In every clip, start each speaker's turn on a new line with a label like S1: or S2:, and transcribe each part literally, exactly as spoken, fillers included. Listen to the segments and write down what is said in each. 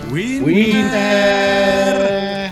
S1: Winter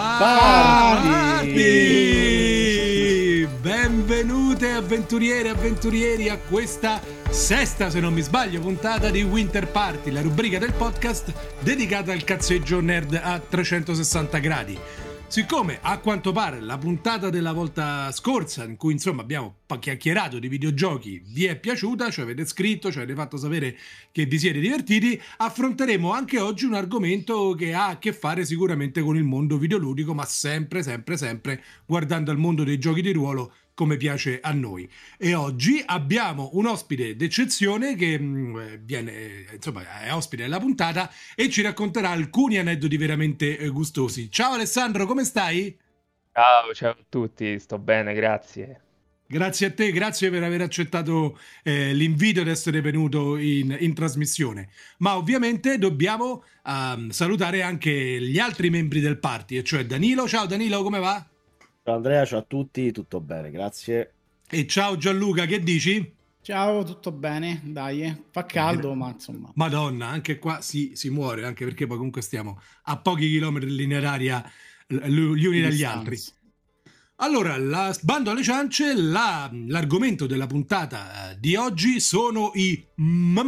S1: Party! Benvenute avventuriere e avventurieri a questa sesta, se non mi sbaglio, puntata di Winter Party, la rubrica del podcast dedicata al cazzeggio nerd a trecentosessanta gradi. Siccome a quanto pare la puntata della volta scorsa, in cui insomma abbiamo chiacchierato di videogiochi, vi è piaciuta, ci avete scritto, ci avete fatto sapere che vi siete divertiti, affronteremo anche oggi un argomento che ha a che fare sicuramente con il mondo videoludico, ma sempre, sempre, sempre guardando al mondo dei giochi di ruolo come piace a noi. E oggi abbiamo un ospite d'eccezione che mh, viene, insomma, è ospite della puntata e ci racconterà alcuni aneddoti veramente eh, gustosi. Ciao Alessandro, come stai?
S2: Ciao, ciao a tutti, sto bene, grazie.
S1: Grazie a te, grazie per aver accettato eh, l'invito ed essere venuto in, in trasmissione. Ma ovviamente dobbiamo um, salutare anche gli altri membri del party, e cioè Danilo. Ciao Danilo, come va?
S3: Ciao Andrea, ciao a tutti, tutto bene, grazie.
S1: E ciao Gianluca, che dici?
S4: Ciao, tutto bene? Dai, fa caldo, ma insomma.
S1: Madonna, anche qua si, si muore, anche perché poi comunque stiamo a pochi chilometri in linea d'aria gli uni dagli altri. Allora, la, bando alle ciance, la, l'argomento della puntata di oggi sono i M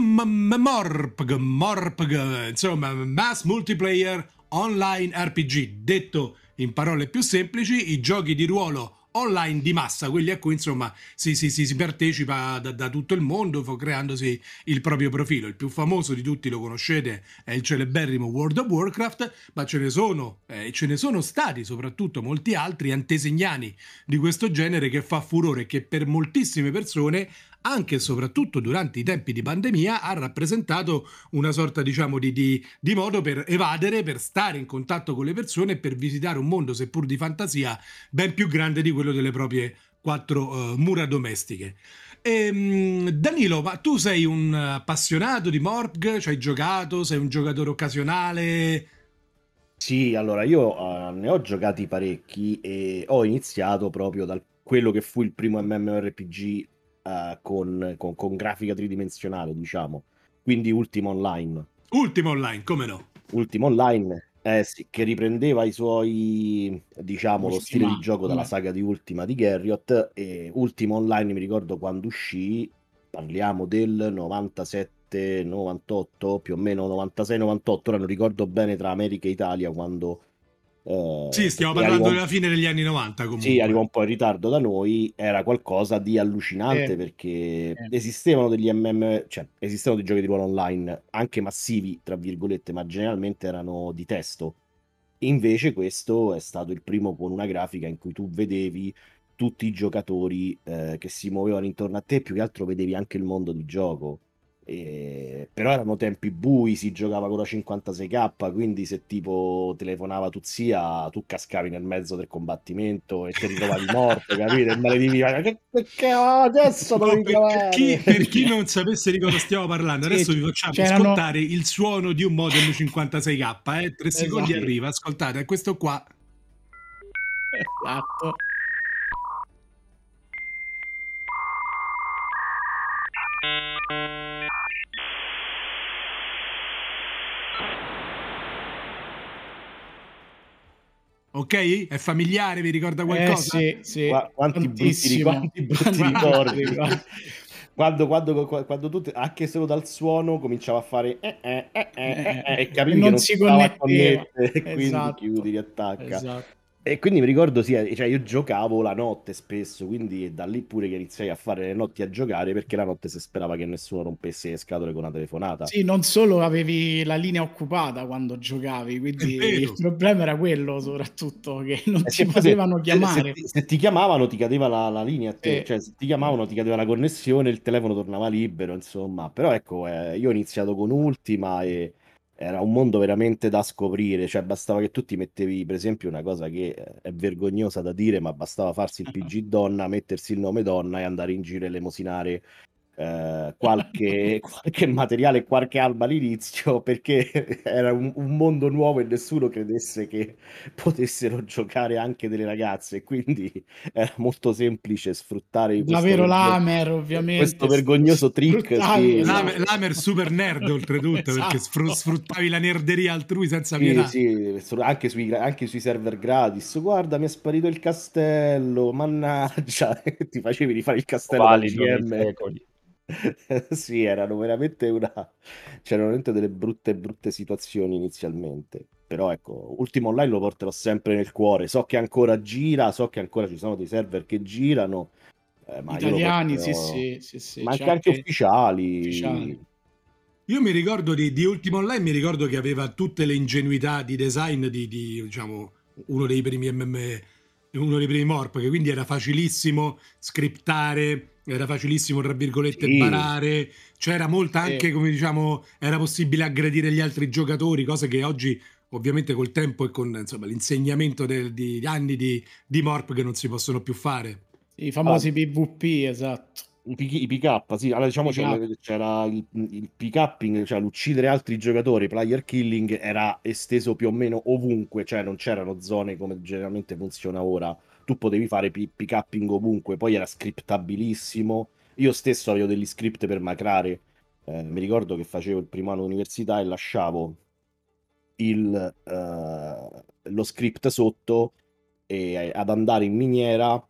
S1: M M Morpg, insomma, Mass Multiplayer Online R P G, detto in parole più semplici, i giochi di ruolo online di massa, quelli a cui insomma si, si, si, si partecipa da, da tutto il mondo creandosi il proprio profilo. Il più famoso di tutti, lo conoscete, è il celeberrimo World of Warcraft, ma ce ne sono e eh, ce ne sono stati soprattutto molti altri antesignani di questo genere che fa furore e che per moltissime persone, anche e soprattutto durante i tempi di pandemia, ha rappresentato una sorta, diciamo, di, di, di modo per evadere, per stare in contatto con le persone e per visitare un mondo, seppur di fantasia, ben più grande di quello delle proprie quattro uh, mura domestiche. E, Danilo, ma tu sei un appassionato di Morpg? Ci hai giocato? Sei un giocatore occasionale?
S3: Sì, allora io uh, ne ho giocati parecchi e ho iniziato proprio da quello che fu il primo MMORPG uh, con, con, con grafica tridimensionale, diciamo, quindi Ultima Online.
S1: Ultima Online, come no?
S3: Ultima Online, eh sì, che riprendeva i suoi, diciamo, Ultima, lo stile di gioco dalla saga di Ultima di Garriott, e Ultima Online mi ricordo quando uscì, parliamo del novantasette novantotto, più o meno novantasei novantotto, ora non ricordo bene tra America e Italia quando...
S1: Eh, sì, stiamo parlando
S3: arrivò...
S1: della fine degli anni novanta comunque.
S3: Sì, arrivò un po' in ritardo da noi, era qualcosa di allucinante eh, perché eh. esistevano degli M M, cioè esistevano dei giochi di ruolo online, anche massivi, tra virgolette, ma generalmente erano di testo. Invece questo è stato il primo con una grafica in cui tu vedevi tutti i giocatori eh, che si muovevano intorno a te, più che altro vedevi anche il mondo di gioco. E... però erano tempi bui, si giocava con la cinquantasei K, quindi se tipo telefonava tu zia, tu cascavi nel mezzo del combattimento e ti ritrovavi morto, capito? E maledivi, che, che adesso
S1: no,
S3: dovevi
S1: per, chi, per chi non sapesse di cosa stiamo parlando, sì, adesso vi facciamo c'erano... ascoltare il suono di un modem cinquantasei K, eh? tre secondi esatto. Arriva, ascoltate, è questo qua.
S4: Esatto.
S1: Ok? È familiare? Vi ricorda qualcosa?
S4: Eh, sì, sì.
S3: Qu- quanti brutti, quanti brutti ricordi. Quando, quando, quando tu, anche solo dal suono, cominciava a fare eh, eh, eh, eh, eh, eh, e capivi non che non si connetteva, e esatto. Quindi chiudi, riattacca.
S4: Esatto.
S3: E quindi mi ricordo, sì, cioè io giocavo la notte spesso, quindi è da lì pure che iniziai a fare le notti a giocare, perché la notte si sperava che nessuno rompesse le scatole con una telefonata.
S4: Sì, non solo avevi la linea occupata quando giocavi, quindi il problema era quello soprattutto, che non
S3: eh
S4: ti potevano
S3: se,
S4: chiamare.
S3: Se, se, se ti chiamavano ti cadeva la, la linea a te, eh. cioè se ti chiamavano ti cadeva la connessione, il telefono tornava libero, insomma. Però ecco, eh, io ho iniziato con Ultima e... era un mondo veramente da scoprire, cioè bastava che tu ti mettevi, per esempio, una cosa che è vergognosa da dire, ma bastava farsi il P G donna, mettersi il nome donna e andare in giro e elemosinare eh, qualche, qualche materiale e qualche alma all'inizio, perché era un, un mondo nuovo e nessuno credesse che potessero giocare anche delle ragazze, quindi era molto semplice sfruttare questo,
S4: Davvero
S3: vergo-
S4: Lamer, ovviamente.
S3: questo vergognoso trick.
S4: Sfruttavi,
S3: Sì,
S4: esatto.
S1: Lamer, Lamer super nerd oltretutto, perché
S4: Esatto.
S1: sfru- sfruttavi la nerderia altrui senza
S3: sì,
S1: pietà.
S3: sì, so- anche sui, anche sui server gratis. Guarda, mi è sparito il castello, mannaggia, ti facevi rifare il castello dal
S2: Valido nei
S3: G M.
S2: secoli.
S3: Sì, erano veramente una... c'erano veramente delle brutte, brutte situazioni inizialmente. Però ecco, Ultima Online lo porterò sempre nel cuore. So che ancora gira, so che ancora ci sono dei server che girano, eh, ma io lo
S4: Italiani, sì,
S3: porterò...
S4: sì, sì, sì,
S3: ma
S4: c'è
S3: anche, anche
S4: anche
S3: ufficiali.
S4: ufficiali.
S1: Io mi ricordo di, di Ultima Online, mi ricordo che aveva tutte le ingenuità di design di, di, diciamo, uno dei primi M M, uno dei primi Morp, che quindi era facilissimo scriptare, era facilissimo, tra virgolette,
S3: Sì.
S1: barare, c'era molta
S4: Sì.
S1: anche, come diciamo, era possibile aggredire gli altri giocatori, cose che oggi, ovviamente col tempo e con insomma, l'insegnamento del- di anni di, di Morp che non si possono più fare.
S4: I famosi P V P, esatto.
S3: I pick, i pick up, sì, allora diciamo c'era,
S4: Pick
S3: c'era il, il pick upping, cioè l'uccidere altri giocatori, player killing era esteso più o meno ovunque, cioè non c'erano zone come generalmente funziona ora, tu potevi fare pi- pick upping ovunque, poi era scriptabilissimo, io stesso avevo degli script per macrare, eh, mi ricordo che facevo il primo anno all'università e lasciavo il, eh, lo script sotto e ad andare in miniera,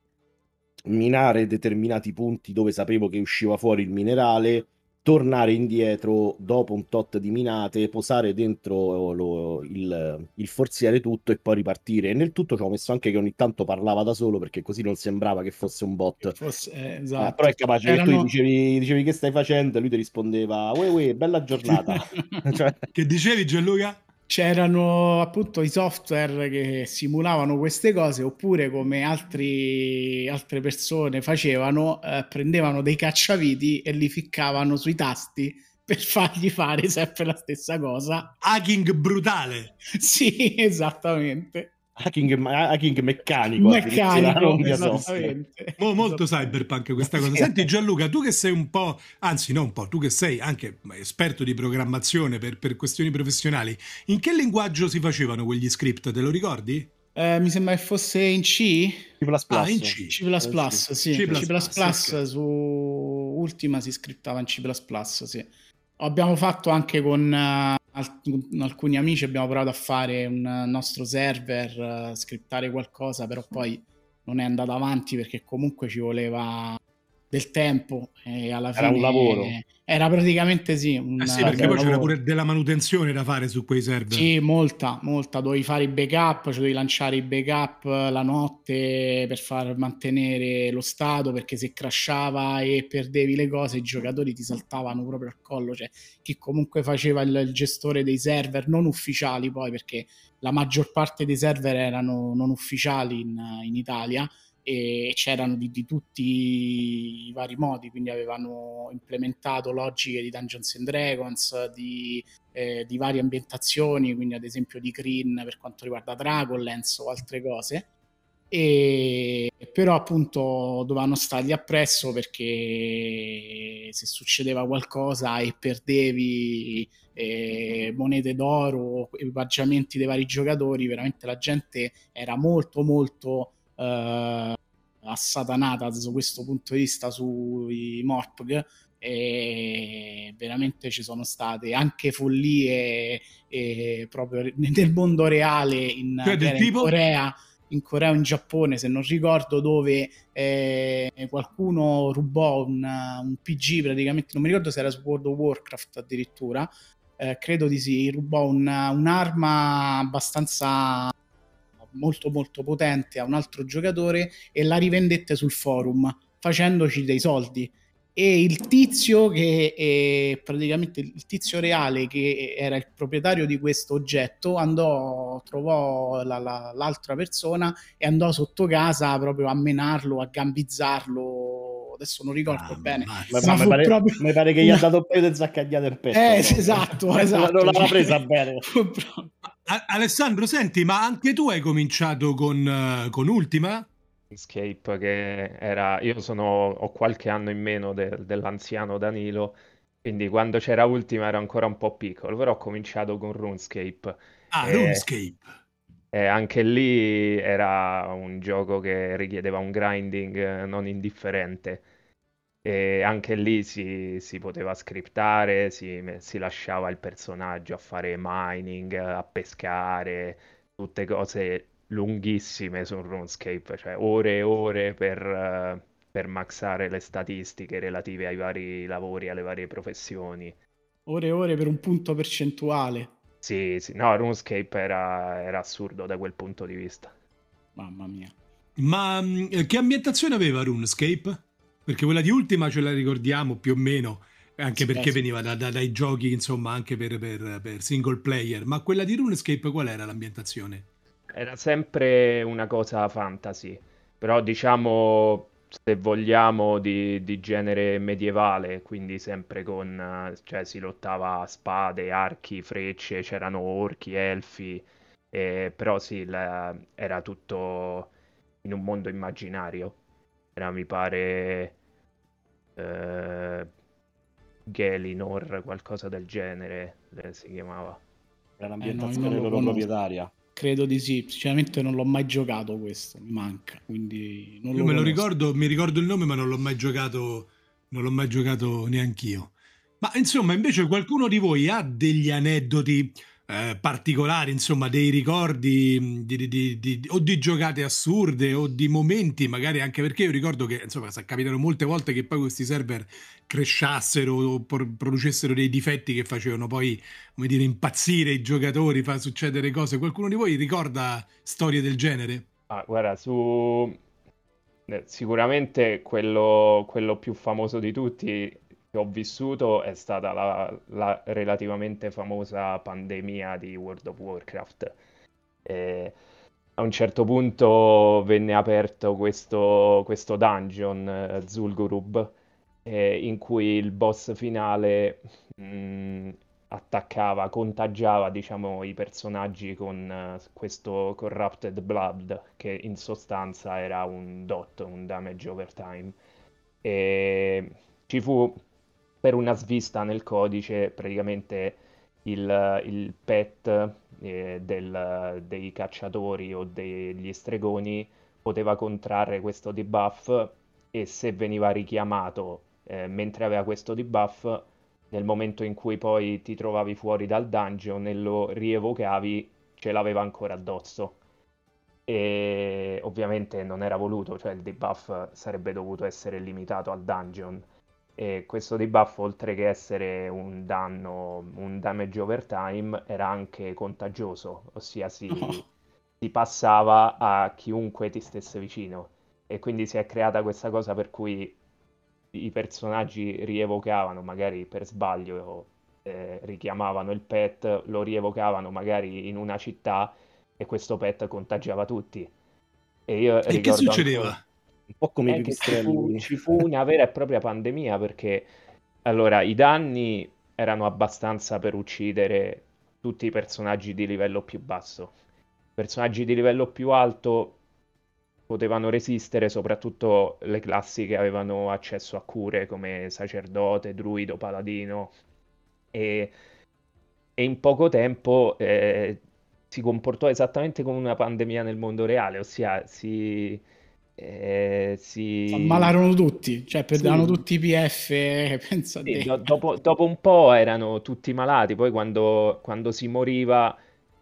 S3: minare determinati punti dove sapevo che usciva fuori il minerale, tornare indietro dopo un tot di minate, posare dentro lo- il, il forziere tutto e poi ripartire. E nel tutto ci ho messo anche che ogni tanto parlava da solo, perché così non sembrava che fosse un bot.
S4: Fosse, eh,
S3: Eh,
S4: esatto.
S3: però è capace che tu gli
S4: Erano...
S3: dicevi, dicevi che stai facendo e lui ti rispondeva uè uè, bella giornata. Cioè,
S1: Che dicevi, Gianluca?
S4: C'erano appunto i software che simulavano queste cose, oppure come altri, altre persone facevano, eh, prendevano dei cacciaviti e li ficcavano sui tasti per fargli fare sempre la stessa cosa.
S1: Hacking brutale.
S4: Sì, esattamente.
S3: hacking, hacking meccanico,
S4: Meccanico,
S3: non via software.
S4: esattamente.
S1: Mo- molto cyberpunk questa cosa. Senti Gianluca, tu che sei un po', anzi non un po', tu che sei anche esperto di programmazione per, per questioni professionali, in che linguaggio si facevano quegli script, te lo ricordi?
S4: Eh, mi sembra che fosse in C.
S3: C plus plus.
S1: Ah, in C.
S4: C plus plus, sì.
S1: C++,
S4: C plus plus
S1: ok.
S4: su Ultima si scriptava in C plus plus, sì. Abbiamo fatto anche con, uh, al- con alcuni amici, abbiamo provato a fare un uh, nostro server, uh, scriptare qualcosa, però poi non è andato avanti perché comunque ci voleva del tempo e alla
S3: Era
S4: fine
S3: un lavoro.
S4: era praticamente sì, un,
S1: Eh sì, perché
S4: un
S1: poi c'era
S4: lavoro.
S1: pure della manutenzione da fare su quei server.
S4: Sì, molta, molta. Dovevi fare i backup, cioè dovevi lanciare i backup la notte per far mantenere lo stato, perché se crashava e perdevi le cose, i giocatori ti saltavano proprio al collo. Cioè, chi comunque faceva il, il gestore dei server non ufficiali, poi, perché la maggior parte dei server erano non ufficiali in, in Italia, e c'erano di, di tutti i vari modi, quindi avevano implementato logiche di Dungeons and Dragons, di Eh, di varie ambientazioni, quindi ad esempio di Kryn per quanto riguarda Dragonlance o altre cose, e però appunto dovevano stargli appresso, perché se succedeva qualcosa e perdevi eh, monete d'oro o equipaggiamenti dei vari giocatori, veramente la gente era molto molto eh, assatanata da questo punto di vista sui Morpg, e veramente ci sono state anche follie e proprio nel mondo reale in,
S1: Cioè, del
S4: in
S1: tipo?
S4: Corea in Corea o in Giappone, se non ricordo, dove eh, qualcuno rubò un, un P G, praticamente non mi ricordo se era su World of Warcraft addirittura, eh, credo di sì, rubò una, un'arma abbastanza molto molto potente a un altro giocatore e la rivendette sul forum facendoci dei soldi. E il tizio che è praticamente il tizio reale, che era il proprietario di questo oggetto, andò, trovò la, la, l'altra persona e andò sotto casa proprio a menarlo, a gambizzarlo. Adesso non ricordo
S1: Ah,
S4: bene,
S1: ma,
S3: Ma,
S4: ma
S3: ma,
S4: fu
S3: pare,
S4: proprio
S3: mi pare che gli ha dato un paio di zaccagnate in petto.
S4: eh,
S3: proprio.
S4: esatto, esatto.
S3: Non l'aveva presa bene.
S1: A- Alessandro, senti, ma anche tu hai cominciato con, uh, con Ultima?
S2: RuneScape che era... Io sono... ho qualche anno in meno de- dell'anziano Danilo, quindi quando c'era Ultima ero ancora un po' piccolo, però ho cominciato con RuneScape.
S1: Ah,
S2: E,
S1: RuneScape.
S2: e anche lì era un gioco che richiedeva un grinding eh, non indifferente. E anche lì si, si poteva scriptare, si, si lasciava il personaggio a fare mining, a pescare, tutte cose lunghissime su RuneScape, cioè ore e ore per, eh, per maxare le statistiche relative ai vari lavori, alle varie professioni.
S4: Ore e ore per un punto percentuale.
S2: Sì, sì, no, RuneScape era, era assurdo da quel punto di vista.
S4: Mamma mia.
S1: Ma mh, che ambientazione aveva RuneScape? Perché quella di Ultima ce la ricordiamo più o meno, anche
S4: Sì,
S1: perché
S4: sì.
S1: veniva da, da- dai giochi, insomma, anche per, per- per single player. Ma quella di RuneScape qual era l'ambientazione?
S2: Era sempre una cosa fantasy, però diciamo, se vogliamo, di, di genere medievale, quindi sempre con, eh, cioè si lottava a spade, archi, frecce, c'erano orchi, elfi, eh, però sì, la- era tutto in un mondo immaginario. Era, mi pare, eh, Gaelinor, qualcosa del genere, eh, si chiamava.
S3: È
S4: Eh no, io
S3: un'ambientazione
S4: non lo
S3: loro
S4: conosco.
S3: proprietaria.
S4: Credo di sì. Sinceramente non l'ho mai giocato questo, mi manca, quindi non
S1: Io
S4: lo
S1: me lo
S4: conosco.
S1: ricordo, mi ricordo il nome, ma non l'ho mai giocato, non l'ho mai giocato neanch'io. Ma insomma, invece qualcuno di voi ha degli aneddoti eh, particolari, insomma, dei ricordi mh, di, di- di- di- o di giocate assurde o di momenti, magari anche perché io ricordo che, insomma, sa- capitano molte volte che poi questi server crashassero o por- producessero dei difetti che facevano poi, come dire, impazzire i giocatori, fa succedere cose. Qualcuno di voi ricorda storie del genere?
S2: Ah, guarda, su... eh, sicuramente quello, quello più famoso di tutti che ho vissuto è stata la, la relativamente famosa pandemia di World of Warcraft. E a un certo punto venne aperto questo, questo dungeon, eh, Zul'Gurub, eh, in cui il boss finale mh, attaccava, contagiava, diciamo, i personaggi con eh, questo Corrupted Blood, che in sostanza era un dot, un damage over time. E ci fu per una svista nel codice praticamente il, il pet eh, del- dei cacciatori o degli stregoni poteva contrarre questo debuff e se veniva richiamato eh, mentre aveva questo debuff, nel momento in cui poi ti trovavi fuori dal dungeon e lo rievocavi, ce l'aveva ancora addosso. E ovviamente non era voluto, cioè il debuff sarebbe dovuto essere limitato al dungeon. E questo debuff, oltre che essere un danno, un damage over time, era anche contagioso, ossia si,
S4: No.
S2: si passava a chiunque ti stesse vicino. E quindi si è creata questa cosa per cui i personaggi rievocavano, magari per sbaglio, eh, richiamavano il pet, lo rievocavano magari in una città e questo pet contagiava tutti. E io
S1: E che
S2: ricordo ancora
S1: succedeva?
S3: Un po' come i
S2: è che ci fu,
S3: pipistrelli.
S2: ci fu una vera e propria pandemia perché allora i danni erano abbastanza per uccidere tutti i personaggi di livello più basso. Personaggi di livello più alto potevano resistere, soprattutto le classi che avevano accesso a cure come sacerdote, druido, paladino. E, e in poco tempo eh, si comportò esattamente come una pandemia nel mondo reale, ossia si, eh,
S4: Si
S2: si,
S4: ammalarono tutti, cioè perdevano
S2: sì,
S4: tutti i P F, eh, pensa a
S2: sì,
S4: te.
S2: do- dopo, dopo un po' erano tutti malati, poi quando, quando si moriva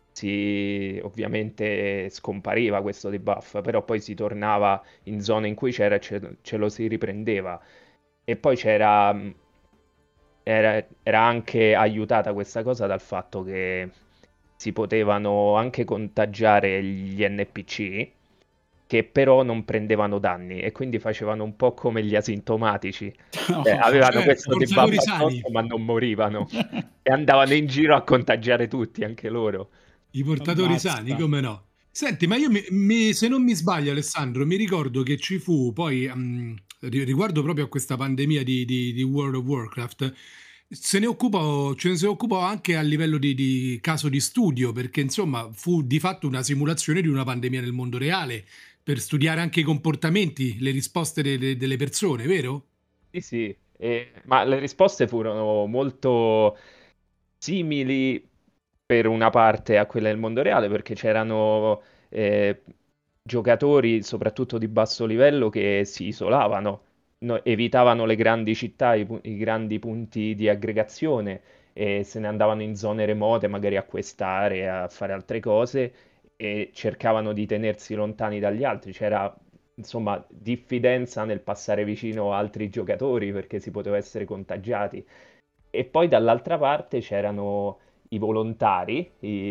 S2: si ovviamente scompariva questo debuff, però poi si tornava in zone in cui c'era e ce, ce lo si riprendeva. E poi c'era, mh, era, era anche aiutata questa cosa dal fatto che si potevano anche contagiare gli N P C, che però non prendevano danni e quindi facevano un po' come gli asintomatici.
S4: No.
S2: Cioè, avevano
S1: Certo,
S2: questo
S1: portatori
S2: debuff
S1: sani.
S2: addosso ma non morivano e andavano in giro a contagiare tutti, anche loro.
S1: I portatori sani,
S4: Ammazza.
S1: come no? Senti, ma io mi, mi- se non mi sbaglio, Alessandro, mi ricordo che ci fu poi, mm, ri- riguardo proprio a questa pandemia di, di- di World of Warcraft, se ne occupò, ce ne si occupò anche a livello di, di caso di studio, perché insomma fu di fatto una simulazione di una pandemia nel mondo reale. per studiare anche i comportamenti, le risposte de- delle persone, vero?
S2: Sì, sì, eh, ma le risposte furono molto simili per una parte a quelle del mondo reale, perché c'erano eh, giocatori, soprattutto di basso livello, che si isolavano, no- evitavano le grandi città, i, pu- i grandi punti di aggregazione e se ne andavano in zone remote, magari a questare, a fare altre cose e cercavano di tenersi lontani dagli altri. C'era insomma diffidenza nel passare vicino a altri giocatori perché si poteva essere contagiati. E poi dall'altra parte c'erano i volontari,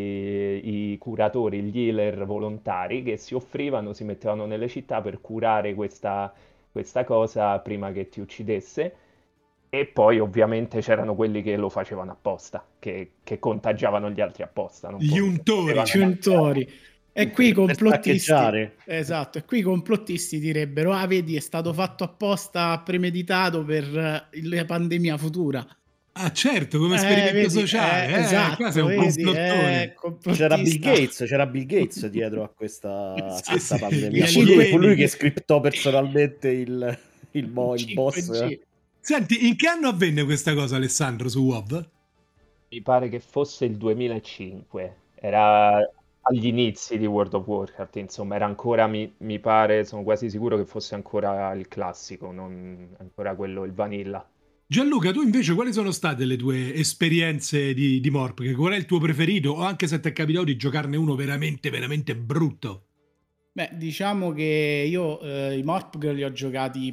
S2: i, i curatori, gli healer volontari che si offrivano, si mettevano nelle città per curare questa, questa cosa prima che ti uccidesse. E poi ovviamente c'erano quelli che lo facevano apposta, che, che contagiavano gli altri apposta, non,
S1: Gli
S2: po- non
S1: untori.
S2: potevano
S4: Gli
S2: mancare.
S4: untori. E qui i
S3: Per
S4: complottisti,
S3: saccheggiare.
S4: esatto, e qui i complottisti direbbero: ah, vedi, è stato fatto apposta, premeditato per eh, la pandemia futura.
S1: Ah, certo, come
S4: Eh,
S1: esperimento
S4: vedi,
S1: sociale.
S4: eh,
S1: Eh, qua sei
S4: esatto,
S1: un
S4: vedi,
S1: complottone.
S4: eh,
S3: C'era Bill
S4: complottista.
S3: Gates, c'era Bill Gates dietro a questa, a
S1: Sì,
S3: questa
S1: sì,
S3: pandemia.
S1: gli
S3: Fu lui, fu lui
S1: alieni.
S3: che scriptò personalmente il, il, mo- il boss.
S4: cinque G.
S1: Senti, in che anno avvenne questa cosa, Alessandro, su WoW?
S2: Mi pare che fosse il duemilacinque, era agli inizi di World of Warcraft, insomma, era ancora, mi, mi pare, sono quasi sicuro che fosse ancora il classico, non ancora quello, il vanilla.
S1: Gianluca, tu invece quali sono state le tue esperienze di, di Morp? Che Qual è il tuo preferito? O anche se ti è capitato di giocarne uno veramente, veramente brutto?
S4: Beh, diciamo che io eh, i Morpg li ho giocati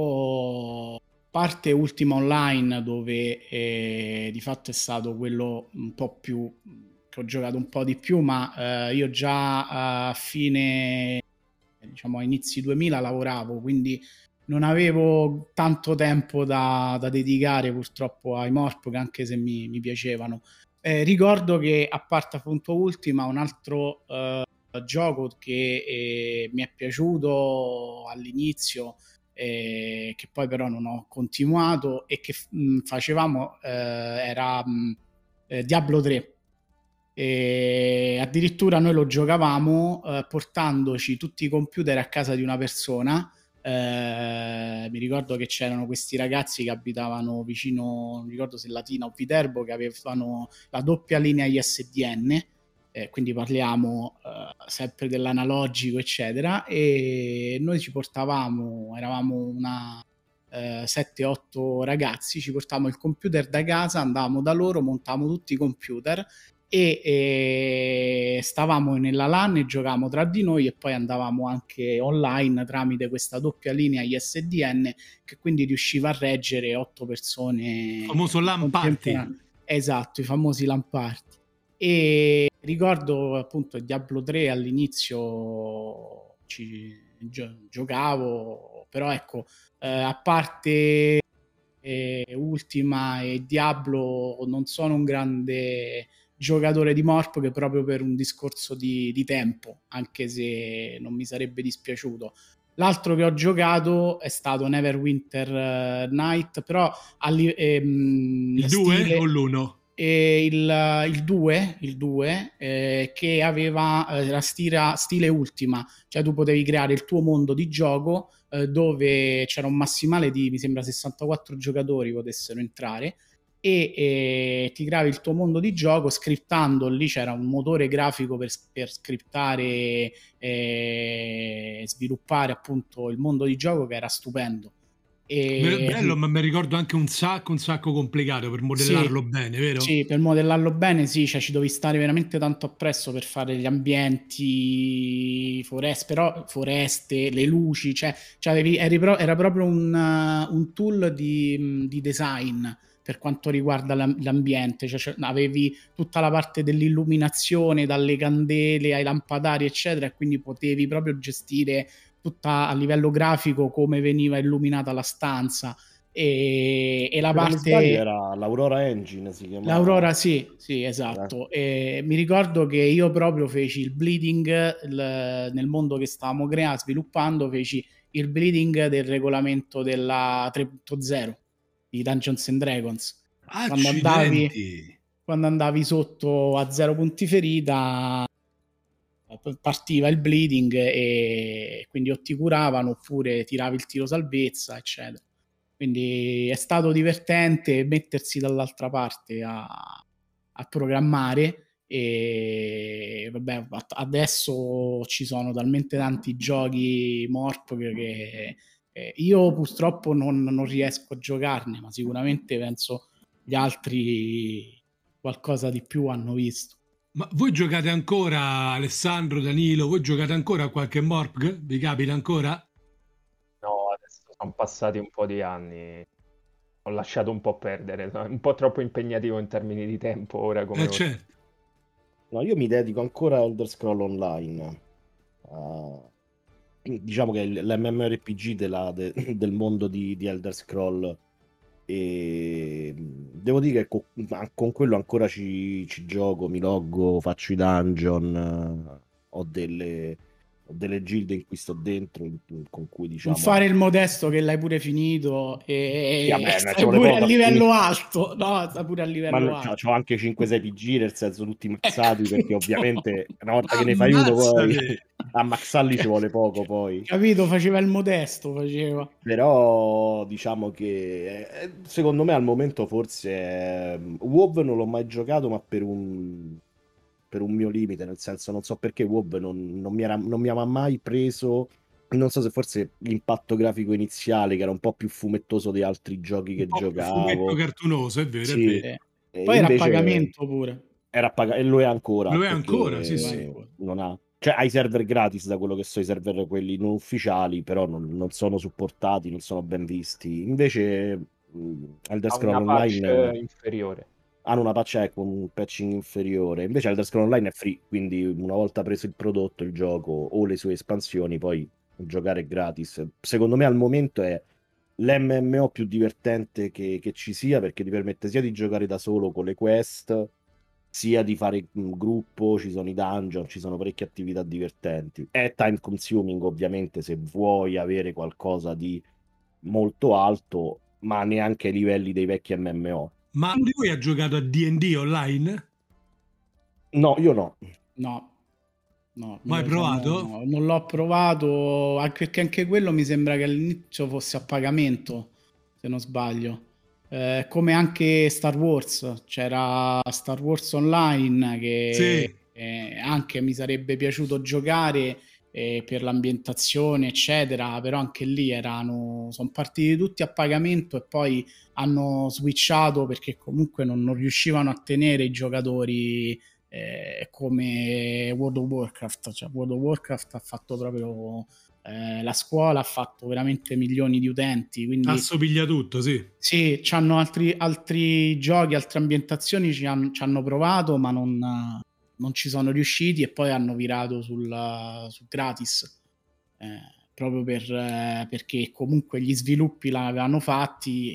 S4: poco, parte Ultima Online dove eh, di fatto è stato quello un po' più che ho giocato un po' di più, ma eh, io già a fine, diciamo a inizi duemila lavoravo, quindi non avevo tanto tempo da, da dedicare purtroppo ai Morpg, anche se mi, mi piacevano. Eh, ricordo che a parte appunto Ultima, un altro eh, gioco che eh, mi è piaciuto all'inizio, eh, che poi però non ho continuato e che mh, facevamo eh, era mh, eh, Diablo tre. E addirittura noi lo giocavamo eh, portandoci tutti i computer a casa di una persona. Eh, mi ricordo che c'erano questi ragazzi che abitavano vicino, non ricordo se Latina o Viterbo, che avevano la doppia linea I S D N, eh, quindi parliamo eh, sempre dell'analogico eccetera, e noi ci portavamo, eravamo una eh, sette otto ragazzi, ci portavamo il computer da casa, andavamo da loro, montavamo tutti i computer e, e stavamo nella LAN e giocavamo tra di noi e poi andavamo anche online tramite questa doppia linea I S D N che quindi riusciva a reggere otto persone
S1: Il famoso LAN party.
S4: Esatto, i famosi LAN party. E ricordo appunto Diablo tre all'inizio ci gio- giocavo, però ecco, eh, a parte eh, Ultima e Diablo non sono un grande giocatore di Morpg proprio per un discorso di, di tempo, anche se non mi sarebbe dispiaciuto. L'altro che ho giocato è stato Neverwinter Night, però alli, ehm,
S1: Il due
S4: stile,
S1: o l'uno?
S4: eh, il, il due, il due eh, che aveva eh, la stira, stile Ultima, cioè tu potevi creare il tuo mondo di gioco eh, dove c'era un massimale di, mi sembra, sessantaquattro giocatori potessero entrare e, e ti creavi il tuo mondo di gioco scriptando. Lì c'era un motore grafico per, per scriptare e sviluppare appunto il mondo di gioco che era stupendo. E...
S1: Bello, ma mi ricordo anche un sacco, un sacco complicato per modellarlo
S4: sì,
S1: bene, vero?
S4: sì, per modellarlo bene, sì, cioè ci dovevi stare veramente tanto appresso per fare gli ambienti, foreste, però foreste, le luci, cioè, cioè avevi, eri pro- era proprio un, uh, un tool di, di design per quanto riguarda l'am- l'ambiente, cioè, cioè, avevi tutta la parte dell'illuminazione, dalle candele ai lampadari, eccetera, e quindi potevi proprio gestire tutta a livello grafico come veniva illuminata la stanza. E, e la
S3: Se non mi sbaglio
S4: parte
S3: era l'Aurora Engine, si chiamava.
S4: l'Aurora, sì, sì, esatto. E mi ricordo che io proprio feci il bleeding il- nel mondo che stavamo creando, sviluppando, feci il bleeding del regolamento della tre punto zero di Dungeons and Dragons. Quando andavi,
S1: Accidenti!
S4: quando andavi sotto a zero punti ferita partiva il bleeding e quindi o ti curavano oppure tiravi il tiro salvezza, eccetera. Quindi è stato divertente mettersi dall'altra parte a, a programmare. E vabbè, adesso ci sono talmente tanti giochi morp che, che eh, io purtroppo non, non riesco a giocarne, ma sicuramente penso gli altri qualcosa di più hanno visto.
S1: Ma voi giocate ancora, Alessandro, Danilo, voi giocate ancora a qualche morp? Vi capita ancora?
S2: No, adesso sono passati un po' di anni, ho lasciato un po' perdere, un po' troppo impegnativo in termini di tempo ora come
S1: Eh
S2: ora.
S1: certo.
S3: No, io mi dedico ancora a Elder Scroll Online. Uh, diciamo che è l'MMORPG della, de, del mondo di, di Elder Scroll. E devo dire che con, con quello ancora ci, ci gioco, mi loggo, faccio i dungeon, ho delle, ho delle gilde in cui sto dentro, con cui diciamo...
S4: Non fare il modesto che l'hai pure finito e,
S3: sì, vabbè,
S4: stai pure a livello alto, no, sta pure a livello
S3: ma
S4: alto.
S3: c'ho anche cinque sei P G, nel senso tutti mazzati,
S4: Ecco.
S3: perché ovviamente una volta che ne fai uno poi a maxarli ci vuole poco poi.
S4: Capito, faceva il modesto, faceva.
S3: Però diciamo che secondo me al momento forse WoW non l'ho mai giocato, ma per un per un mio limite, nel senso non so perché WoW non, non mi era, non mi aveva mai preso. Non so se forse l'impatto grafico iniziale, che era un po' più fumettoso di altri giochi che
S1: Un po' più
S3: giocavo.
S1: fumetto cartunoso, è vero,
S3: sì.
S1: è vero.
S3: E
S4: poi era a
S3: invece
S4: pagamento pure.
S3: Era a pag- e lo è ancora.
S1: Lo è ancora, sì, sì.
S3: Eh, non ha... Cioè, hai server gratis, da quello che so, i server quelli non ufficiali, però non, non sono supportati, non sono ben visti. Invece mh, Elder
S2: Ha
S3: Scrolls
S2: una patch
S3: Online
S2: inferiore.
S3: hanno una patch, eh, con un patching inferiore. Invece Elder Scrolls Online è free, quindi una volta preso il prodotto, il gioco o le sue espansioni, poi giocare è gratis. Secondo me al momento è l'M M O più divertente che, che ci sia, perché ti permette sia di giocare da solo con le quest, sia di fare un gruppo, ci sono i dungeon, ci sono parecchie attività divertenti. È time consuming, ovviamente, se vuoi avere qualcosa di molto alto, ma neanche ai livelli dei vecchi M M O.
S1: Ma uno di voi ha giocato a D and D online?
S3: No, io no.
S4: No. No,
S1: mai provato?
S4: No, non l'ho provato, anche perché anche quello mi sembra che all'inizio fosse a pagamento, se non sbaglio. Eh, come anche Star Wars, c'era Star Wars Online che
S1: sì.
S4: eh, anche mi sarebbe piaciuto giocare eh, per l'ambientazione, eccetera, però anche lì erano, sono partiti tutti a pagamento e poi hanno switchato perché comunque non, non riuscivano a tenere i giocatori. Eh, come World of Warcraft, cioè World of Warcraft ha fatto proprio eh, la scuola, ha fatto veramente milioni di utenti, quindi
S1: assomiglia tutto, sì.
S4: Sì, c'hanno altri, altri giochi, altre ambientazioni, ci, han, ci hanno provato, ma non, non ci sono riusciti e poi hanno virato sul, sul gratis, eh, proprio per, eh, perché comunque gli sviluppi l'avevano fatti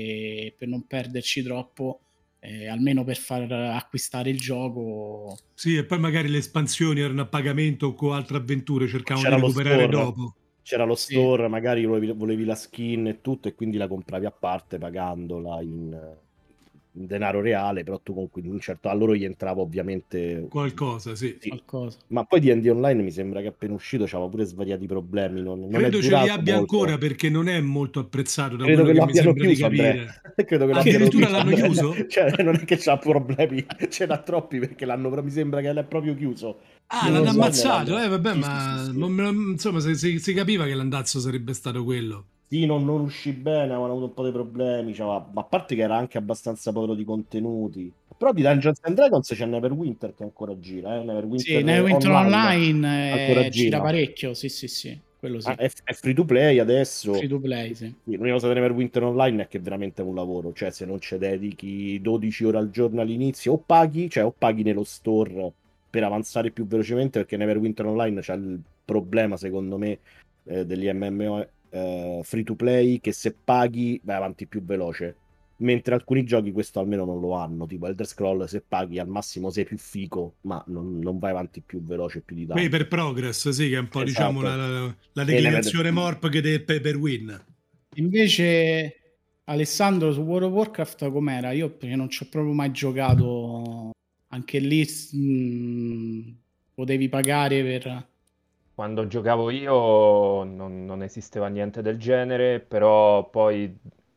S4: e per non perderci troppo. Eh, almeno per far acquistare il gioco.
S1: Sì, e poi magari le espansioni erano a pagamento o con altre avventure cercavano
S3: C'era
S1: di recuperare
S3: store,
S1: dopo.
S3: C'era lo
S4: Sì.
S3: store, magari volevi, volevi la skin e tutto, e quindi la compravi a parte pagandola in, in denaro reale, però tu comunque un certo, a loro gli entrava ovviamente
S1: qualcosa, sì.
S3: sì.
S4: Qualcosa.
S3: Ma poi D and D Online mi sembra che appena uscito c'aveva pure svariati problemi, non, non
S1: Credo
S3: è
S1: ce li
S3: durato
S1: abbia
S3: molto.
S1: ancora perché non è molto apprezzato da
S3: Credo
S1: quello
S3: che
S1: che,
S3: lo
S1: mi
S3: abbiano
S1: sembra
S3: chiuso,
S1: di capire.
S3: Andrea. Credo che lo abbiano
S1: Addirittura
S3: chiuso,
S1: l'hanno
S3: Andrea.
S1: chiuso?
S3: Cioè, non è che c'ha problemi, ce n'ha troppi perché l'hanno, mi sembra che l'ha proprio chiuso.
S1: Ah,
S3: Non
S1: l'hanno
S3: lo so,
S1: ammazzato,
S3: l'hanno-
S1: eh vabbè,
S3: sì,
S1: ma
S3: sì, sì, sì.
S1: non me lo- insomma si, si- si capiva che l'andazzo sarebbe stato quello.
S3: Sì, non, non uscì bene, avevano avuto un po' di problemi, cioè, ma a parte che era anche abbastanza povero di contenuti. Però di Dungeons and Dragons c'è Neverwinter che ancora gira, eh? Neverwinter,
S4: Sì, Neverwinter
S3: Online,
S4: Online
S3: ancora
S4: eh, gira
S3: gira.
S4: parecchio, sì, sì, sì, quello sì.
S3: Ah, è, è free to play adesso.
S4: Free to play, sì.
S3: Sì, l'unica cosa di Neverwinter Online è che è veramente un lavoro, cioè se non ci dedichi dodici ore al giorno all'inizio o paghi, cioè o paghi nello store per avanzare più velocemente, perché Neverwinter Online c'è il problema secondo me eh, degli M M O eh, free to play, che se paghi vai avanti più veloce, mentre alcuni giochi questo almeno non lo hanno, tipo Elder Scroll, se paghi al massimo sei più fico, ma non, non vai avanti più veloce più di tanto.
S1: Pay per progress, sì, che è un po'
S3: Esatto.
S1: diciamo la, la, la
S3: E
S1: declinazione
S3: Never-
S1: morp che del pay per win.
S4: Invece Alessandro su World of Warcraft com'era? Io perché non ci ho proprio mai giocato, anche lì mh, o devi pagare per...
S2: Quando giocavo io non, non esisteva niente del genere, però poi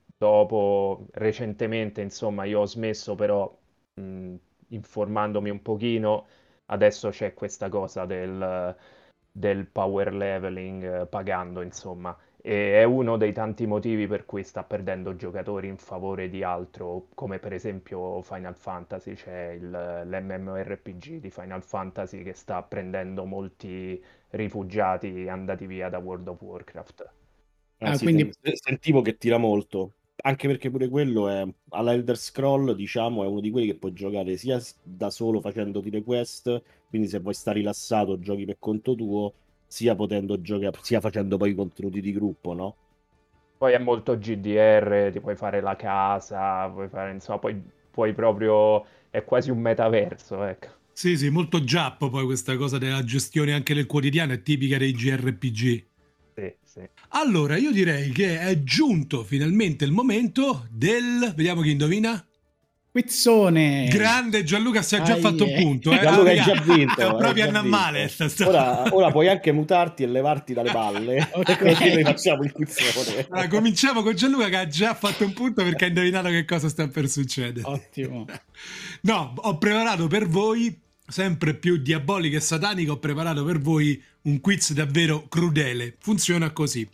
S2: dopo, recentemente, insomma, io ho smesso, però mh, informandomi un pochino, adesso c'è questa cosa del, del power leveling, eh, pagando, insomma, e è uno dei tanti motivi per cui sta perdendo giocatori in favore di altro, come per esempio Final Fantasy, c'è il- l'MMORPG di Final Fantasy che sta prendendo molti rifugiati andati via da World of Warcraft.
S3: Ah,
S4: Ah,
S3: sì,
S4: quindi
S3: sen- sentivo che tira molto, anche perché pure quello è alla Elder Scroll, diciamo, è uno di quelli che puoi giocare sia s- da solo facendoti le quest, quindi se vuoi stare rilassato giochi per conto tuo, sia potendo giocare, sia facendo poi i contenuti di gruppo, no?
S2: Poi è molto G D R, ti puoi fare la casa, puoi fare, insomma, poi puoi proprio, è quasi un metaverso, ecco.
S1: Sì, sì, molto giappo poi questa cosa della gestione anche del quotidiano è tipica dei J R P G.
S2: Sì, sì.
S1: Allora, io direi che è giunto finalmente il momento del... Vediamo chi indovina.
S4: Quizzone!
S1: Grande Gianluca, si è già
S4: Ah,
S1: fatto un
S4: yeah.
S1: punto. Eh?
S3: Gianluca
S1: Ah,
S3: hai già
S1: raga,
S3: vinto,
S1: stiamo
S3: hai
S1: proprio
S3: già
S1: andando male.
S3: vinto.
S1: sta-
S3: Ora, ora puoi anche mutarti e levarti dalle palle,
S4: Ok.
S3: così noi facciamo il quizzone.
S1: Allora, cominciamo con Gianluca che ha già fatto un punto perché ha indovinato che cosa sta per succedere.
S4: Ottimo.
S1: No, ho preparato per voi, sempre più diabolico e satanico, ho preparato per voi un quiz davvero crudele. Funziona così.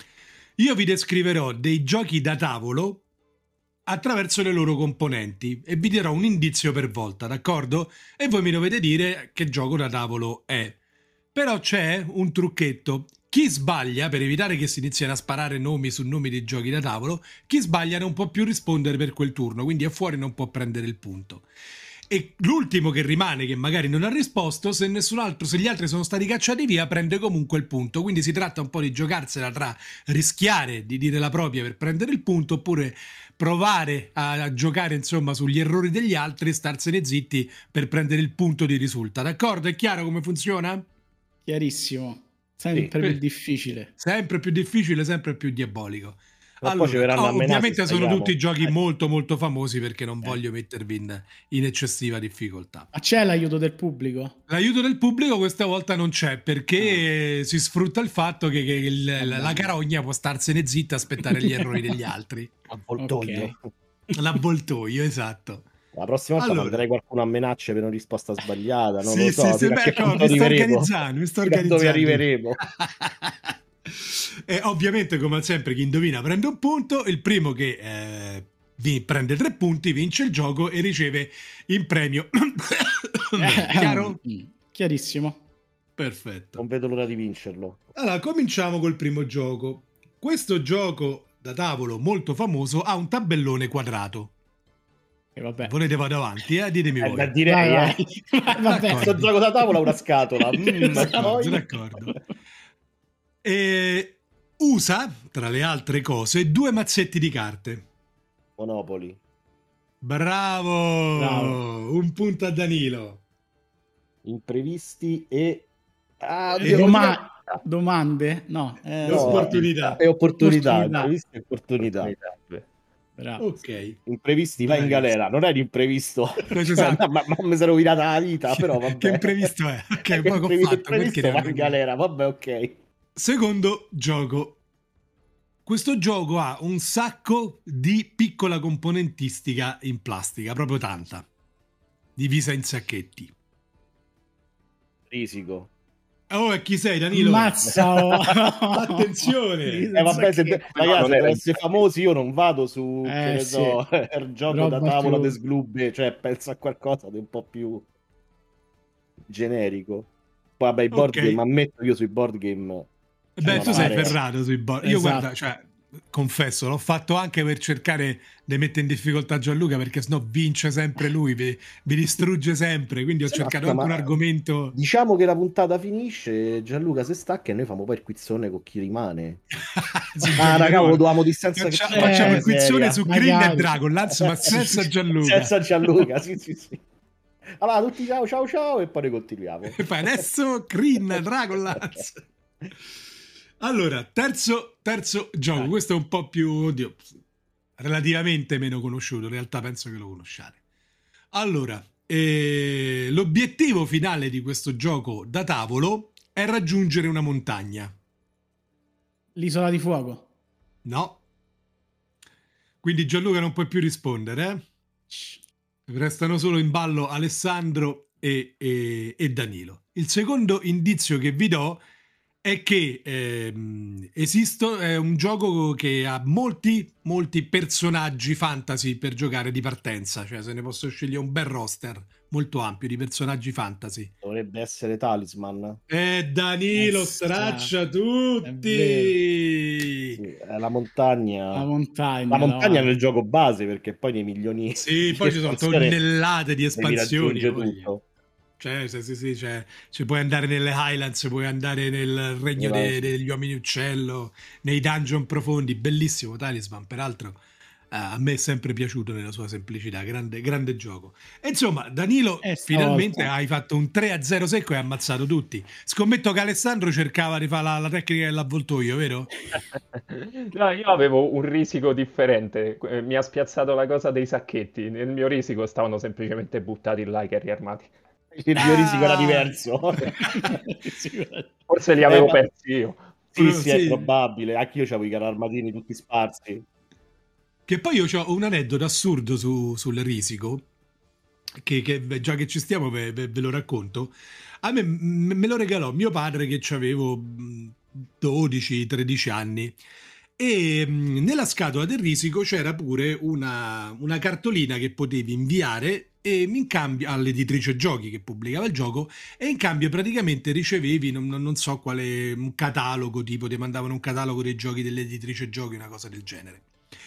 S1: Io vi descriverò dei giochi da tavolo attraverso le loro componenti e vi darò un indizio per volta, d'accordo? E voi mi dovete dire che gioco da tavolo è. Però c'è un trucchetto. Chi sbaglia, per evitare che si iniziano a sparare nomi su nomi di giochi da tavolo, chi sbaglia non può più rispondere per quel turno, quindi è fuori, non può prendere il punto. E l'ultimo che rimane, che magari non ha risposto, se nessun altro, se gli altri sono stati cacciati via, prende comunque il punto. Quindi si tratta un po' di giocarsela tra rischiare di dire la propria per prendere il punto, oppure provare a giocare insomma sugli errori degli altri e starsene zitti per prendere il punto di risulta. D'accordo? È chiaro come funziona?
S4: Chiarissimo. Sempre
S1: Sì.
S4: più difficile.
S1: Sempre più difficile, sempre più diabolico.
S3: Ma poi ci
S1: Allora,
S3: verranno
S1: oh,
S3: a menare,
S1: ovviamente
S3: se
S1: sono
S3: sbagliamo.
S1: tutti giochi
S3: Eh.
S1: molto molto famosi perché non
S4: Eh.
S1: voglio mettervi in, in eccessiva difficoltà.
S4: Ma c'è l'aiuto del pubblico?
S1: L'aiuto del pubblico questa volta non c'è perché si sfrutta il fatto che, che il- la, la carogna può starsene zitta a aspettare gli errori degli altri.
S3: Avvoltoio.
S4: Ok.
S1: L'avvoltoio, esatto.
S3: La prossima volta
S1: Allora.
S3: manderei qualcuno a menacce per una risposta sbagliata. Non
S1: Sì,
S3: lo so,
S1: sì, sì,
S3: fino a
S1: beh,
S3: che
S1: ecco,
S3: punto
S1: mi sto
S3: arriveremo.
S1: organizzando, mi sto
S3: Fino a dove
S1: organizzando.
S3: arriveremo.
S1: E ovviamente, come sempre, chi indovina prende un punto. Il primo che eh, vi prende tre punti vince il gioco e riceve in premio. Chiaro?
S4: Mm, chiarissimo.
S1: Perfetto.
S3: Non vedo l'ora di vincerlo.
S1: Allora, cominciamo col primo gioco. Questo gioco da tavolo molto famoso ha un tabellone quadrato.
S4: E vabbè.
S1: Volete vado avanti, eh? Ditemi
S3: Eh,
S1: voi.
S3: beh, direi,
S4: Vai,
S3: eh.
S4: vai. Vabbè.
S1: D'accordo.
S3: Questo gioco da tavola ha una scatola. Mm,
S1: D'accordo,
S3: poi-
S1: d'accordo. E usa, tra le altre cose, due mazzetti di carte.
S3: Monopoli.
S1: Bravo!
S4: Bravo.
S1: Un punto a Danilo.
S3: Imprevisti e... Ah,
S1: E
S3: oddio,
S4: Doma- domande? No. Eh,
S1: No, opportunità.
S3: E opportunità.
S4: Opportunità.
S3: Imprevisti e opportunità.
S4: bravo.
S1: Ok.
S3: Imprevisti, vai in
S1: Ragazzi.
S3: galera. Non è l'imprevisto.
S1: Esatto.
S3: ma, ma mi sarò rovinata la vita, però vabbè.
S1: Che imprevisto è? Che
S3: Che
S1: poco ho
S3: imprevisto,
S1: fatto, perché
S3: imprevisto,
S1: ne
S3: vai in
S1: arrabbi?
S3: galera. Vabbè, ok.
S1: Secondo gioco. Questo gioco ha un sacco di piccola componentistica in plastica, proprio tanta, divisa in sacchetti.
S3: Risico.
S1: Oh, e chi sei, Danilo?
S4: Mazza, oh.
S1: Attenzione.
S3: Eh vabbè, se de-
S2: No,
S3: ragazzi,
S2: non
S3: per
S2: era-
S3: essere famosi io non vado su,
S4: Eh,
S3: che ne
S4: sì.
S3: so, il gioco
S4: Roba
S3: da tavola
S4: più-
S3: de sglubbe, cioè penso a qualcosa di un po' più generico. Poi vabbè, i board
S1: Ok.
S3: game, ammetto io sui board game...
S1: Beh,
S3: c'è
S1: tu
S3: una
S1: sei
S3: marea.
S1: ferrato sui board. Io
S4: Esatto.
S1: guarda, cioè, confesso, l'ho fatto anche per cercare di mettere in difficoltà Gianluca, perché sennò vince sempre lui, vi, vi distrugge sempre, quindi ho
S3: Esatto,
S1: cercato anche
S3: ma-
S1: un argomento...
S3: Diciamo che la puntata finisce, Gianluca se stacca e noi facciamo poi il quizzone con chi rimane.
S1: Sì,
S3: Ah, raga, lo dovevamo di senza
S1: Faccia-
S3: che-
S1: facciamo
S4: Eh,
S1: il quizzone
S3: seria.
S1: su
S4: magari.
S1: Green e Dragonlance, ma senza Gianluca.
S3: Senza Gianluca, sì, sì, sì. Allora, tutti ciao, ciao, ciao, e poi noi continuiamo.
S1: E poi adesso Green Dragonlance. Allora, terzo, terzo gioco.
S4: Dai.
S1: Questo è un po' più, oddio, relativamente meno conosciuto. In realtà penso che lo conosciate. Allora, E l'obiettivo finale di questo gioco da tavolo è raggiungere una montagna.
S4: L'isola di fuoco?
S1: No. Quindi Gianluca non puoi più rispondere, eh? Restano solo in ballo Alessandro e, e, e Danilo. Il secondo indizio che vi do è che ehm, esisto, è un gioco che ha molti, molti personaggi fantasy per giocare di partenza, cioè se ne posso scegliere un bel roster molto ampio di personaggi fantasy.
S3: Dovrebbe essere Talisman.
S1: E Danilo
S4: Eh,
S1: straccia
S4: È
S1: tutti!
S3: Sì, è la montagna.
S4: La montagna.
S3: La montagna
S4: no.
S3: nel gioco base, perché poi nei milioni
S1: Sì,
S3: di
S1: poi ci sono
S3: espansioni
S1: tonnellate di
S3: devi
S1: espansioni.
S3: raggiungere
S1: voglia.
S3: tutto.
S1: Cioè, sì, sì, sì, cioè, ci puoi andare nelle Highlands, puoi andare nel regno
S3: Esatto.
S1: de- degli uomini uccello, nei dungeon profondi, bellissimo Talisman, peraltro eh, a me è sempre piaciuto nella sua semplicità, grande, grande gioco. E insomma, Danilo,
S4: E
S1: finalmente
S4: stavolta-
S1: hai fatto un tre a zero secco e hai ammazzato tutti. Scommetto che Alessandro cercava di fare la, la tecnica dell'avvoltoio, vero?
S2: No, io avevo un risico differente, eh, mi ha spiazzato la cosa dei sacchetti, nel mio risico stavano semplicemente buttati là i carri armati.
S3: Il mio risico era
S1: Ah!
S3: diverso.
S2: Forse li
S3: Eh,
S2: avevo
S3: ma-
S2: persi io.
S3: Sì,
S1: Però
S3: sì,
S1: sì.
S3: è probabile. Anche io avevo i carri armatini tutti sparsi.
S1: Che poi io ho un aneddoto assurdo su, sul risico, che, che beh, già che ci stiamo ve, ve- ve lo racconto. A me m- me lo regalò mio padre che avevo dodici tredici anni e mh, nella scatola del risico c'era pure una, una cartolina che potevi inviare e in cambio all'editrice giochi che pubblicava il gioco e in cambio praticamente ricevevi non, non- non so quale un catalogo, tipo ti mandavano un catalogo dei giochi dell'editrice giochi, una cosa del genere.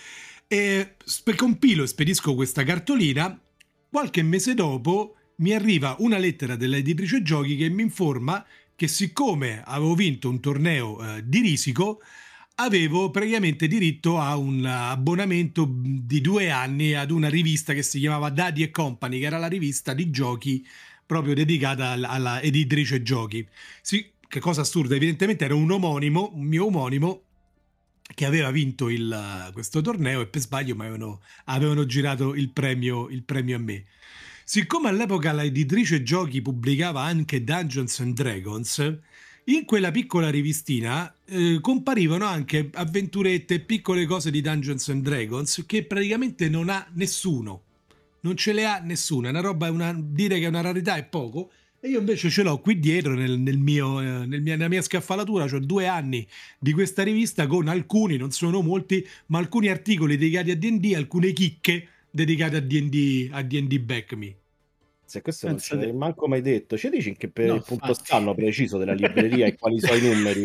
S1: E sp- compilo e spedisco questa cartolina. Qualche mese dopo mi arriva una lettera dell'editrice giochi che mi informa che siccome avevo vinto un torneo eh, di risico avevo praticamente diritto a un abbonamento di due anni ad una rivista che si chiamava Daddy e Company, che era la rivista di giochi proprio dedicata alla, alla editrice giochi. Sì, che cosa assurda, evidentemente era un omonimo, un mio omonimo che aveva vinto il, questo torneo e per sbaglio mi avevano, avevano girato il premio, il premio a me. Siccome all'epoca l'editrice giochi pubblicava anche Dungeons and Dragons, in quella piccola rivistina eh, comparivano anche avventurette e piccole cose di Dungeons and Dragons che praticamente non ha nessuno. Non ce le ha nessuno. È una roba, è una, dire che è una rarità è poco. E io invece ce l'ho qui dietro nel, nel mio, eh, nel mia, nella mia scaffalatura, ho cioè due anni di questa rivista con alcuni, non sono molti, ma alcuni articoli dedicati a D and D, alcune chicche dedicate a D and D, a D and D Back Me.
S3: Se questo
S4: Pensa
S3: non ce
S4: te.
S3: l'hai manco mai detto, ci dici in che per
S4: No,
S3: il punto
S4: infatti.
S3: stanno preciso della libreria e quali sono i numeri?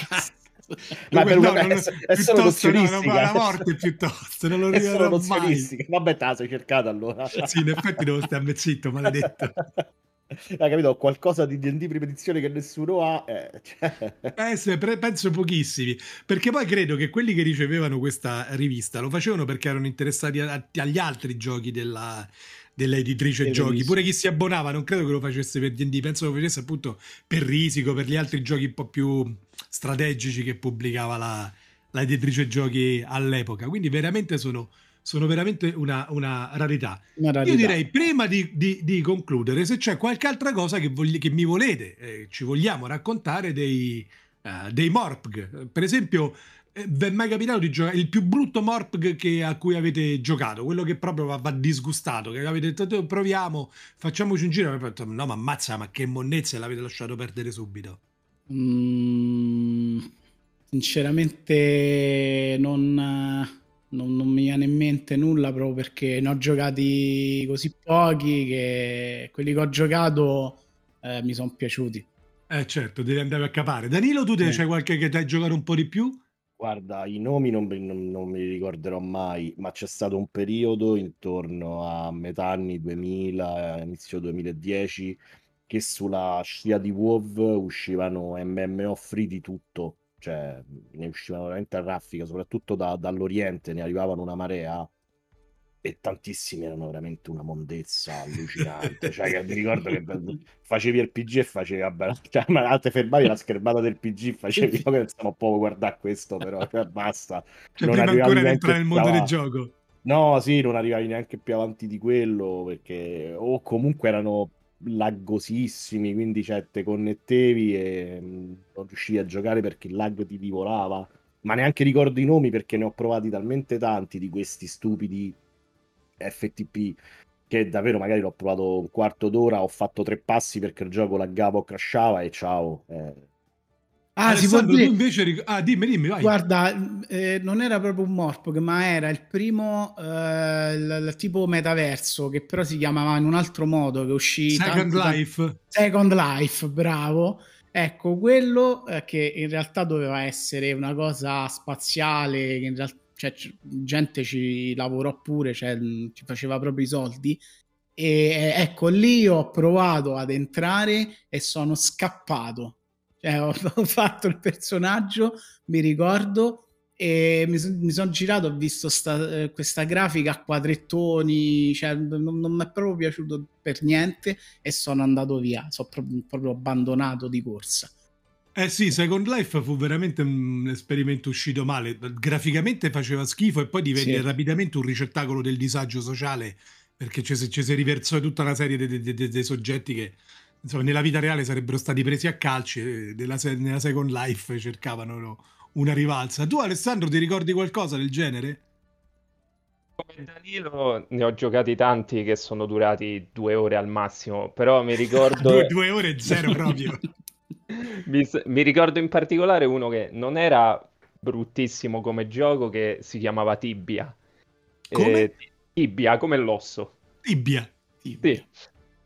S1: Ma
S3: per
S1: no,
S3: una-
S1: non-
S3: è, è solo
S1: piuttosto no,
S3: nozionistica.
S1: no, la morte piuttosto, non lo
S3: È solo
S1: rivedrò mai.
S3: nozionistica. Vabbè, te la sei cercata allora.
S1: Sì, in effetti devo stare zitto, maledetto.
S3: Hai capito? Qualcosa di D and D prima edizione che nessuno ha. Eh, cioè...
S1: Eh, se- pre- penso pochissimi, perché poi credo che quelli che ricevevano questa rivista lo facevano perché erano interessati a- agli altri giochi della, dell'editrice
S3: Sì,
S1: giochi,
S3: bellissimo.
S1: pure chi si abbonava non credo che lo facesse per D and D, penso che lo facesse appunto per Risico, per gli altri giochi un po' più strategici che pubblicava la, la editrice giochi all'epoca, quindi veramente sono, sono veramente una, una rarità.
S4: Una rarità.
S1: Io direi, prima di, di- di concludere, se c'è qualche altra cosa che, vogli- che mi volete, eh, ci vogliamo raccontare dei, eh, dei Morpg. Per esempio, eh, vi è mai capitato di giocare il più brutto Morpg che- a cui avete giocato? Quello che proprio va, va disgustato, che avete detto, "Tu, proviamo, facciamoci un giro", e poi avete detto, no ma ammazza, ma che monnezza, e l'avete lasciato perdere subito.
S4: Mm, sinceramente non, non, non mi viene in mente nulla proprio perché ne ho giocati così pochi che quelli che ho giocato eh, mi sono piaciuti.
S1: Eh certo, devi andare a capare. Danilo, tu te,
S4: Sì.
S1: c'è qualche che ti hai giocato un po' di più?
S3: Guarda, i nomi non, me- non- non me li ricorderò mai, ma c'è stato un periodo intorno a metà anni duemila, inizio duemiladieci, che sulla scia di WoW uscivano M M O free di tutto, cioè ne uscivano veramente a raffica, soprattutto da- dall'Oriente, ne arrivavano una marea e tantissimi erano veramente una mondezza allucinante. Cioè, che mi ricordo che facevi il P G e facevi, vabbè, cioè, ma te fermavi la schermata del P G, facevi, io che stiamo un po' a guardare questo, però, cioè, basta.
S1: Cioè,
S3: Non
S1: prima
S3: arrivavi
S1: ancora di
S3: neanche
S1: entrare nel mondo del
S3: scava-
S1: gioco.
S3: No, sì, non arrivavi neanche più avanti di quello, perché o comunque erano laggosissimi, quindi cioè, te connettevi e mh, non riuscivi a giocare perché il lag ti divorava. Ma neanche ricordo i nomi perché ne ho provati talmente tanti di questi stupidi F T P che davvero magari l'ho provato un quarto d'ora, ho fatto tre passi perché il gioco laggava o crashava e ciao. Eh.
S4: Ah, si può
S1: Alessandro, tu
S4: dire...
S1: invece... ric- Ah, dimmi, dimmi, vai.
S4: Guarda, eh, non era proprio un Morpg, ma era il primo eh, il, il tipo metaverso, che però si chiamava in un altro modo, che uscì
S1: Second
S4: tanti, tanti-
S1: Life.
S4: Second Life, bravo. Ecco, quello eh, che in realtà doveva essere una cosa spaziale, che in realtà cioè, c- gente ci lavorò pure, cioè, mh, ci faceva proprio i soldi. E eh, ecco, lì ho provato ad entrare e sono scappato. Cioè, ho, ho fatto il personaggio, mi ricordo, e mi, son- mi sono girato, ho visto sta, eh, questa grafica a quadrettoni, cioè, non, non mi è proprio piaciuto per niente e sono andato via, sono proprio, proprio abbandonato di corsa.
S1: Eh sì, Second Life fu veramente un esperimento uscito male. Graficamente faceva schifo e poi divenne
S4: Sì.
S1: rapidamente un ricettacolo del disagio sociale, perché ci si, ci si riversò tutta una serie di soggetti che insomma, nella vita reale sarebbero stati presi a calci e nella, se- nella Second Life cercavano no, una rivalsa. Tu, Alessandro, ti ricordi qualcosa del genere?
S2: Come Danilo ne ho giocati tanti che sono durati due ore al massimo, però mi ricordo...
S1: due, due ore e zero proprio.
S2: mi, s- mi ricordo in particolare uno che non era bruttissimo come gioco, che si chiamava Tibia.
S1: Come?
S2: Eh, Tibia, come l'osso.
S1: Tibia. Tibia.
S2: Sì.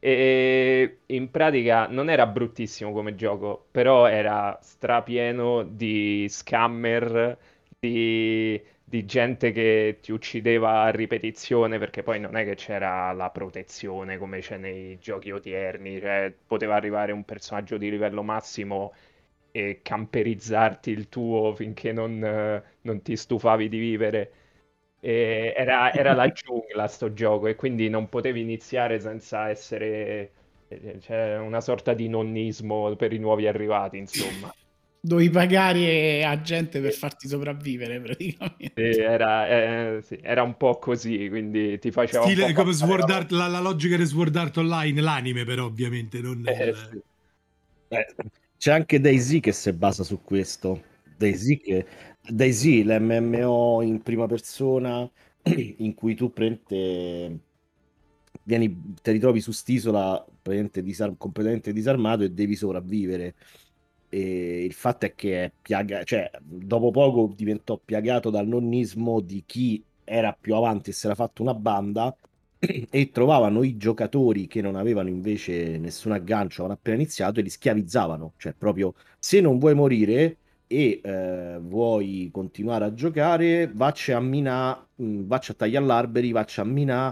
S2: E in pratica non era bruttissimo come gioco, però era strapieno di scammer, di, di gente che ti uccideva a ripetizione, perché poi non è che c'era la protezione come c'è nei giochi odierni, cioè poteva arrivare un personaggio di livello massimo e camperizzarti il tuo finché non, eh, non ti stufavi di vivere. E era, era la giungla sto gioco e quindi non potevi iniziare senza essere eh, cioè, una sorta di nonnismo per i nuovi arrivati, insomma.
S4: Dovevi pagare a gente per farti sopravvivere praticamente.
S2: Sì, era, eh, sì, era un po' così, quindi ti faceva un
S1: Stile
S2: po'
S1: come
S2: passare
S1: Sword
S2: la...
S1: Art, la, la logica di Sword Art Online, l'anime però ovviamente, non
S2: Eh,
S1: il...
S2: sì.
S3: Eh, c'è anche DayZ che si basa su questo. DayZ, che... DayZ, l'M M O in prima persona in cui tu prendi, vieni, ti ritrovi su st'isola praticamente disar- completamente disarmato e devi sopravvivere. E il fatto è che è piaga, cioè, dopo poco diventò piagato dal nonnismo di chi era più avanti e si era fatto una banda e trovavano i giocatori che non avevano invece nessun aggancio, avevano appena iniziato e li schiavizzavano. Cioè, proprio se non vuoi morire e eh, vuoi continuare a giocare, vacci a minare, vacci a tagliare l'alberi, vacci a minare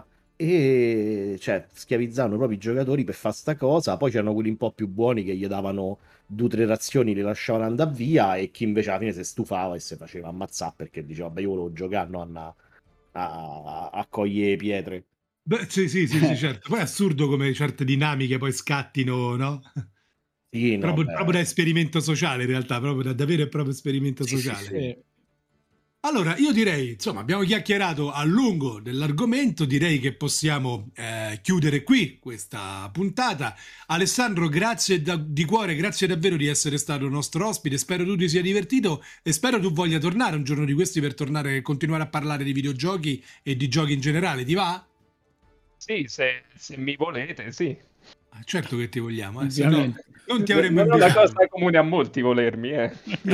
S3: e cioè schiavizzavano proprio i giocatori per fare sta cosa. Poi c'erano quelli un po' più buoni che gli davano due o tre razioni, li lasciavano andare via e chi invece alla fine si stufava e si faceva ammazzare perché diceva, beh, io volevo giocare, no, a, a, a cogliere pietre.
S1: Beh, sì, sì, sì, sì, certo. Poi è assurdo come certe dinamiche poi scattino, no?
S3: Sì, no,
S1: Proprio, proprio
S3: beh.
S1: da esperimento sociale, in realtà, proprio da, da vero e proprio esperimento
S3: Sì, sì,
S1: sociale.
S3: sì.
S4: Eh,
S1: Allora, io direi, insomma, abbiamo chiacchierato a lungo dell'argomento, direi che possiamo eh, chiudere qui questa puntata. Alessandro, grazie da- di cuore, grazie davvero di essere stato nostro ospite, spero tu ti sia divertito e spero tu voglia tornare un giorno di questi per tornare e continuare a parlare di videogiochi e di giochi in generale, ti va?
S2: Sì, se, se mi volete, sì.
S1: Ah, certo che ti vogliamo, eh, se no
S4: ovviamente.
S1: non ti
S2: Non
S1: avremmo
S2: è una
S1: invitato.
S2: cosa comune a molti volermi, eh.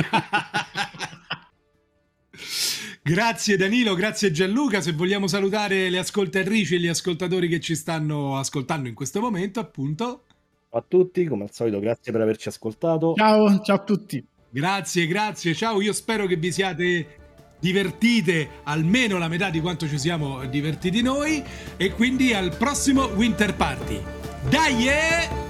S1: Grazie Danilo, grazie Gianluca. Se vogliamo salutare le ascoltatrici e gli ascoltatori che ci stanno ascoltando in questo momento, appunto.
S3: Ciao a tutti, come al solito, grazie per averci ascoltato.
S4: Ciao, ciao a tutti.
S1: Grazie, grazie. Ciao, io spero che vi siate divertite almeno la metà di quanto ci siamo divertiti noi e quindi al prossimo Winter Party. Dai! eh!